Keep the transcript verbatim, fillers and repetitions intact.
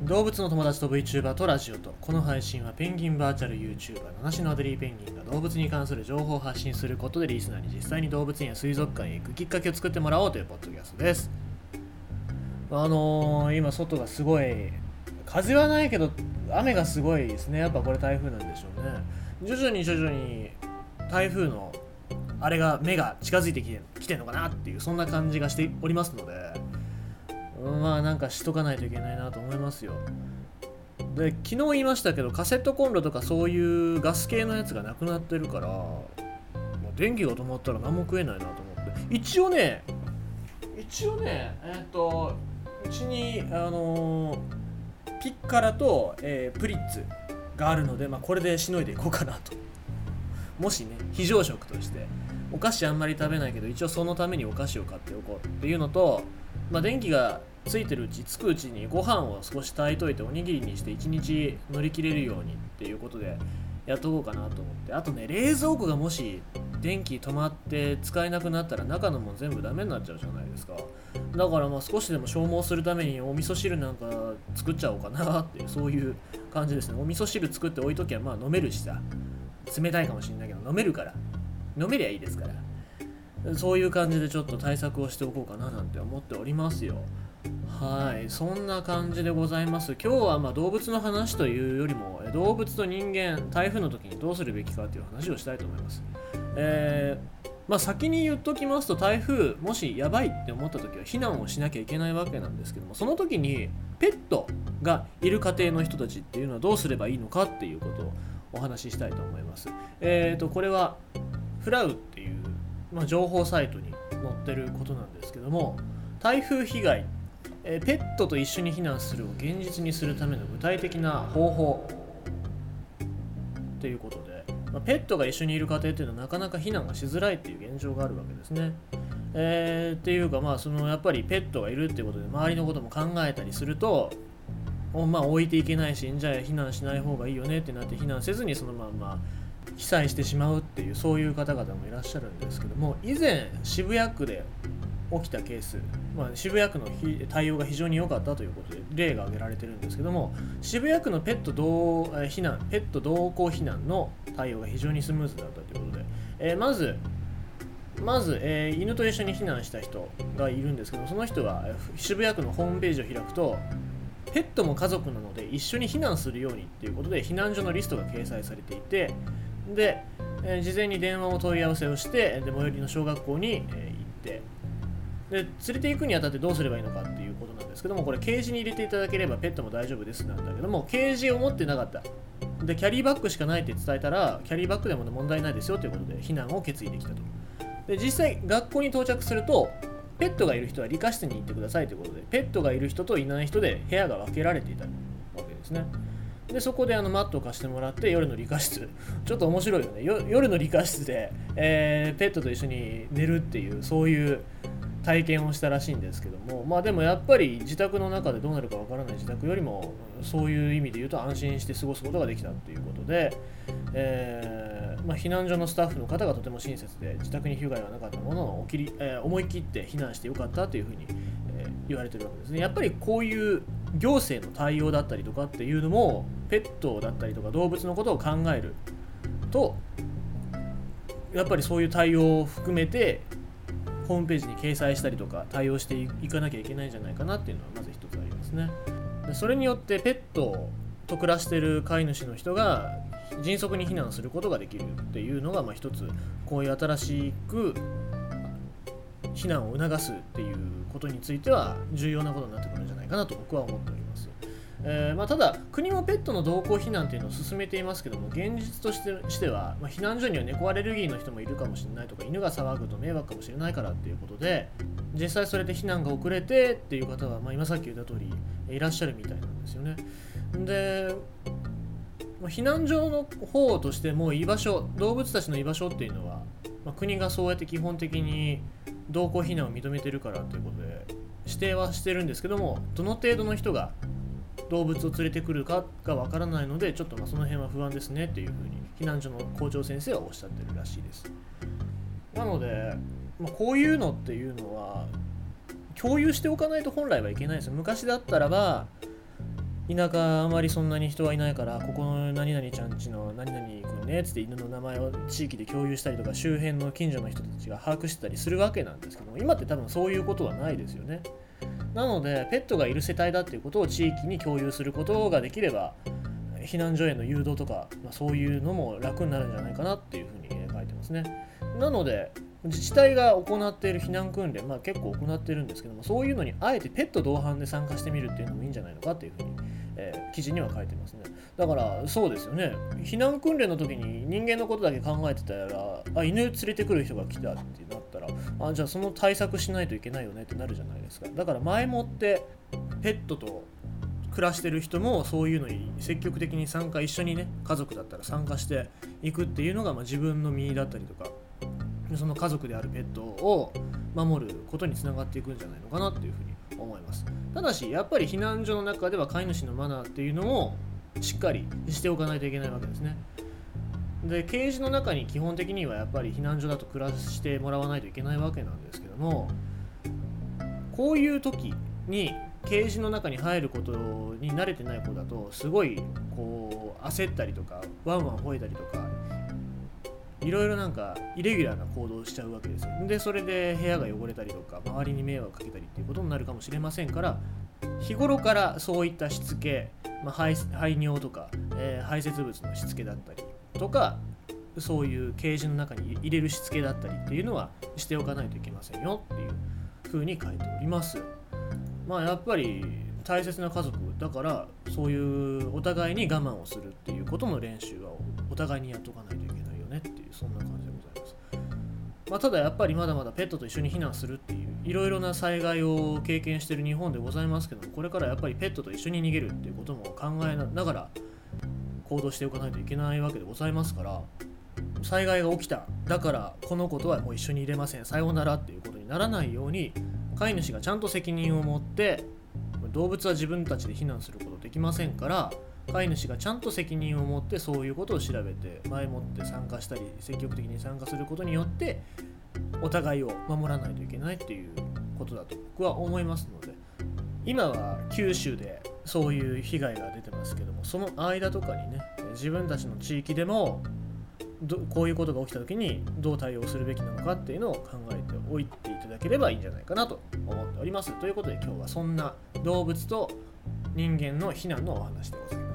動物の友達と VTuber とラジオと、この配信はペンギンバーチャル YouTuber 七種のアデリーペンギンが動物に関する情報を発信することでリスナーに実際に動物園や水族館へ行くきっかけを作ってもらおうというポッドキャストです。あのー、今外がすごい風はないけど雨がすごいですね。やっぱこれ台風なんでしょうね。徐々に徐々に台風のあれが目が近づいてきてきてるのかなっていう、そんな感じがしておりますので、まあなんかしとかないといけないなと思いますよ。で、昨日言いましたけどカセットコンロとかそういうガス系のやつがなくなってるから、もう電気が止まったら何も食えないなと思って、一応ね一応ねえー、っとうちにあのー、ピッカラと、えー、プリッツがあるので、まあ、これでしのいでいこうかなと。もしね、非常食としてお菓子あんまり食べないけど一応そのためにお菓子を買っておこうっていうのと、まあ、電気がついてるうちつくうちにご飯を少し炊いといておにぎりにしていちにち乗り切れるようにっていうことでやっとこうかなと思って、あとね、冷蔵庫がもし電気止まって使えなくなったら中のもん全部ダメになっちゃうじゃないですか。だからまあ少しでも消耗するためにお味噌汁なんか作っちゃおうかなっていう、そういう感じですね。お味噌汁作って置いときゃまあ飲めるしさ、冷たいかもしれないけど飲めるから、飲めりゃいいですから、そういう感じでちょっと対策をしておこうかななんて思っておりますよ。はい、そんな感じでございます。今日はまあ動物の話というよりも、動物と人間、台風の時にどうするべきかという話をしたいと思います。えーまあ、先に言っときますと、台風もしやばいって思った時は避難をしなきゃいけないわけなんですけども、その時にペットがいる家庭の人たちっていうのはどうすればいいのかっていうことをお話ししたいと思います。えーとこれはフラウっていう、まあ、情報サイトに載ってることなんですけども、台風被害、えー、ペットと一緒に避難するを現実にするための具体的な方法ということで、まあ、ペットが一緒にいる家庭っていうのはなかなか避難がしづらいっていう現状があるわけですね。えー、っていうかまあそのやっぱりペットがいるっていうことで周りのことも考えたりすると、まあ置いていけないし、じゃあ避難しない方がいいよねってなって避難せずにそのまんま被災してしまうっていう、そういう方々もいらっしゃるんですけども、以前渋谷区で起きたケース、まあ、渋谷区の対応が非常に良かったということで例が挙げられてるんですけども、渋谷区のペット同避難ペット同行避難の対応が非常にスムーズだったということで、えー、まずまず、えー、犬と一緒に避難した人がいるんですけど、その人は渋谷区のホームページを開くと、ペットも家族なので一緒に避難するようにっていうことで避難所のリストが掲載されていて、で、えー、事前に電話を問い合わせをして、で最寄りの小学校に、えー、行ってで連れて行くにあたってどうすればいいのかっていうことなんですけども、これケージに入れていただければペットも大丈夫ですなんだけども、ケージを持ってなかったでキャリーバッグしかないって伝えたら、キャリーバッグでも問題ないですよということで避難を決意できたと。で実際学校に到着すると、ペットがいる人は理科室に行ってくださいということで、ペットがいる人といない人で部屋が分けられていたわけですね。でそこであのマットを貸してもらって、夜の理科室、ちょっと面白いよね、よ夜の理科室で、えー、ペットと一緒に寝るっていう、そういう体験をしたらしいんですけども、まあでもやっぱり自宅の中でどうなるかわからない自宅よりも、そういう意味で言うと安心して過ごすことができたということで、えーまあ、避難所のスタッフの方がとても親切で、自宅に被害はなかったものをきり、えー、思い切って避難してよかったというふうに、えー、言われてるわけですね。やっぱりこういう行政の対応だったりとかっていうのも、ペットだったりとか動物のことを考えると、やっぱりそういう対応を含めてホームページに掲載したりとか対応していかなきゃいけないんじゃないかなっていうのはまず一つありますね。でそれによってペットと暮らしている飼い主の人が迅速に避難することができるっていうのが、まあ一つこういう新しく避難を促すっていうことについては重要なことになってくるんじゃないかなと僕は思っております。えーまあ、ただ国もペットの同行避難というのを進めていますけども、現実としてしては、まあ、避難所には猫アレルギーの人もいるかもしれないとか、犬が騒ぐと迷惑かもしれないからっていうことで、実際それで避難が遅れてっていう方は、まあ、今さっき言った通りいらっしゃるみたいなんですよね。で、まあ、避難所の方としても居場所、動物たちの居場所っていうのは、まあ、国がそうやって基本的に同行避難を認めてるからということで指定はしてるんですけども、どの程度の人が動物を連れてくるかがわからないので、ちょっとまあその辺は不安ですねっていうふうに避難所の校長先生はおっしゃってるらしいです。なので、まあ、こういうのっていうのは共有しておかないと本来はいけないですよ。昔だったらば田舎あまりそんなに人はいないからここの何々ちゃんちの何々くんねっつって犬の名前を地域で共有したりとか周辺の近所の人たちが把握してたりするわけなんですけども、今って多分そういうことはないですよね。なのでペットがいる世帯だっていうことを地域に共有することができれば避難所への誘導とか、まあ、そういうのも楽になるんじゃないかなっていうふうに書いてますね。なので自治体が行っている避難訓練、まあ、結構行っているんですけども、そういうのにあえてペット同伴で参加してみるっていうのもいいんじゃないのかっていうふうに、えー、記事には書いてますね。だからそうですよね、避難訓練の時に人間のことだけ考えてたら、あ犬連れてくる人が来たってなったら、あじゃあその対策しないといけないよねってなるじゃないですか。だから前もってペットと暮らしてる人もそういうのに積極的に参加、一緒にね家族だったら参加していくっていうのが、まあ、自分の身だったりとかその家族であるペットを守ることにつながっていくんじゃないのかなっていうふうに思います。ただしやっぱり避難所の中では飼い主のマナーっていうのもしっかりしておかないといけないわけですね。でケージの中に基本的にはやっぱり避難所だと暮らしてもらわないといけないわけなんですけども、こういう時にケージの中に入ることに慣れてない子だとすごいこう焦ったりとかワンワン吠えたりとかいろいろなんかイレギュラーな行動をしちゃうわけですよ。でそれで部屋が汚れたりとか周りに迷惑かけたりっていうことになるかもしれませんから、日頃からそういったしつけ、まあ、排, 排尿とか、えー、排泄物のしつけだったりとか、そういうケージの中に入れるしつけだったりっていうのはしておかないといけませんよっていう風に書いております。まあやっぱり大切な家族だからそういうお互いに我慢をするっていうことの練習はお互いにやっておかないといけないよねっていう、そんな感じでございます。まあ、ただやっぱりまだまだペットと一緒に避難するっていういろいろな災害を経験している日本でございますけども、これからやっぱりペットと一緒に逃げるっていうことも考えながら行動しておかないといけないわけでございますから、災害が起きただからこの子とはもう一緒に入れませんさようならっていうことにならないように、飼い主がちゃんと責任を持って、動物は自分たちで避難することできませんから、飼い主がちゃんと責任を持ってそういうことを調べて前もって参加したり積極的に参加することによってお互いを守らないといけないっていうことだと僕は思いますので、今は九州でそういう被害が出てますけども、その間とかにね自分たちの地域でもどこういうことが起きた時にどう対応するべきなのかっていうのを考えておいていただければいいんじゃないかなと思っております。ということで今日はそんな動物と人間の避難のお話でございます。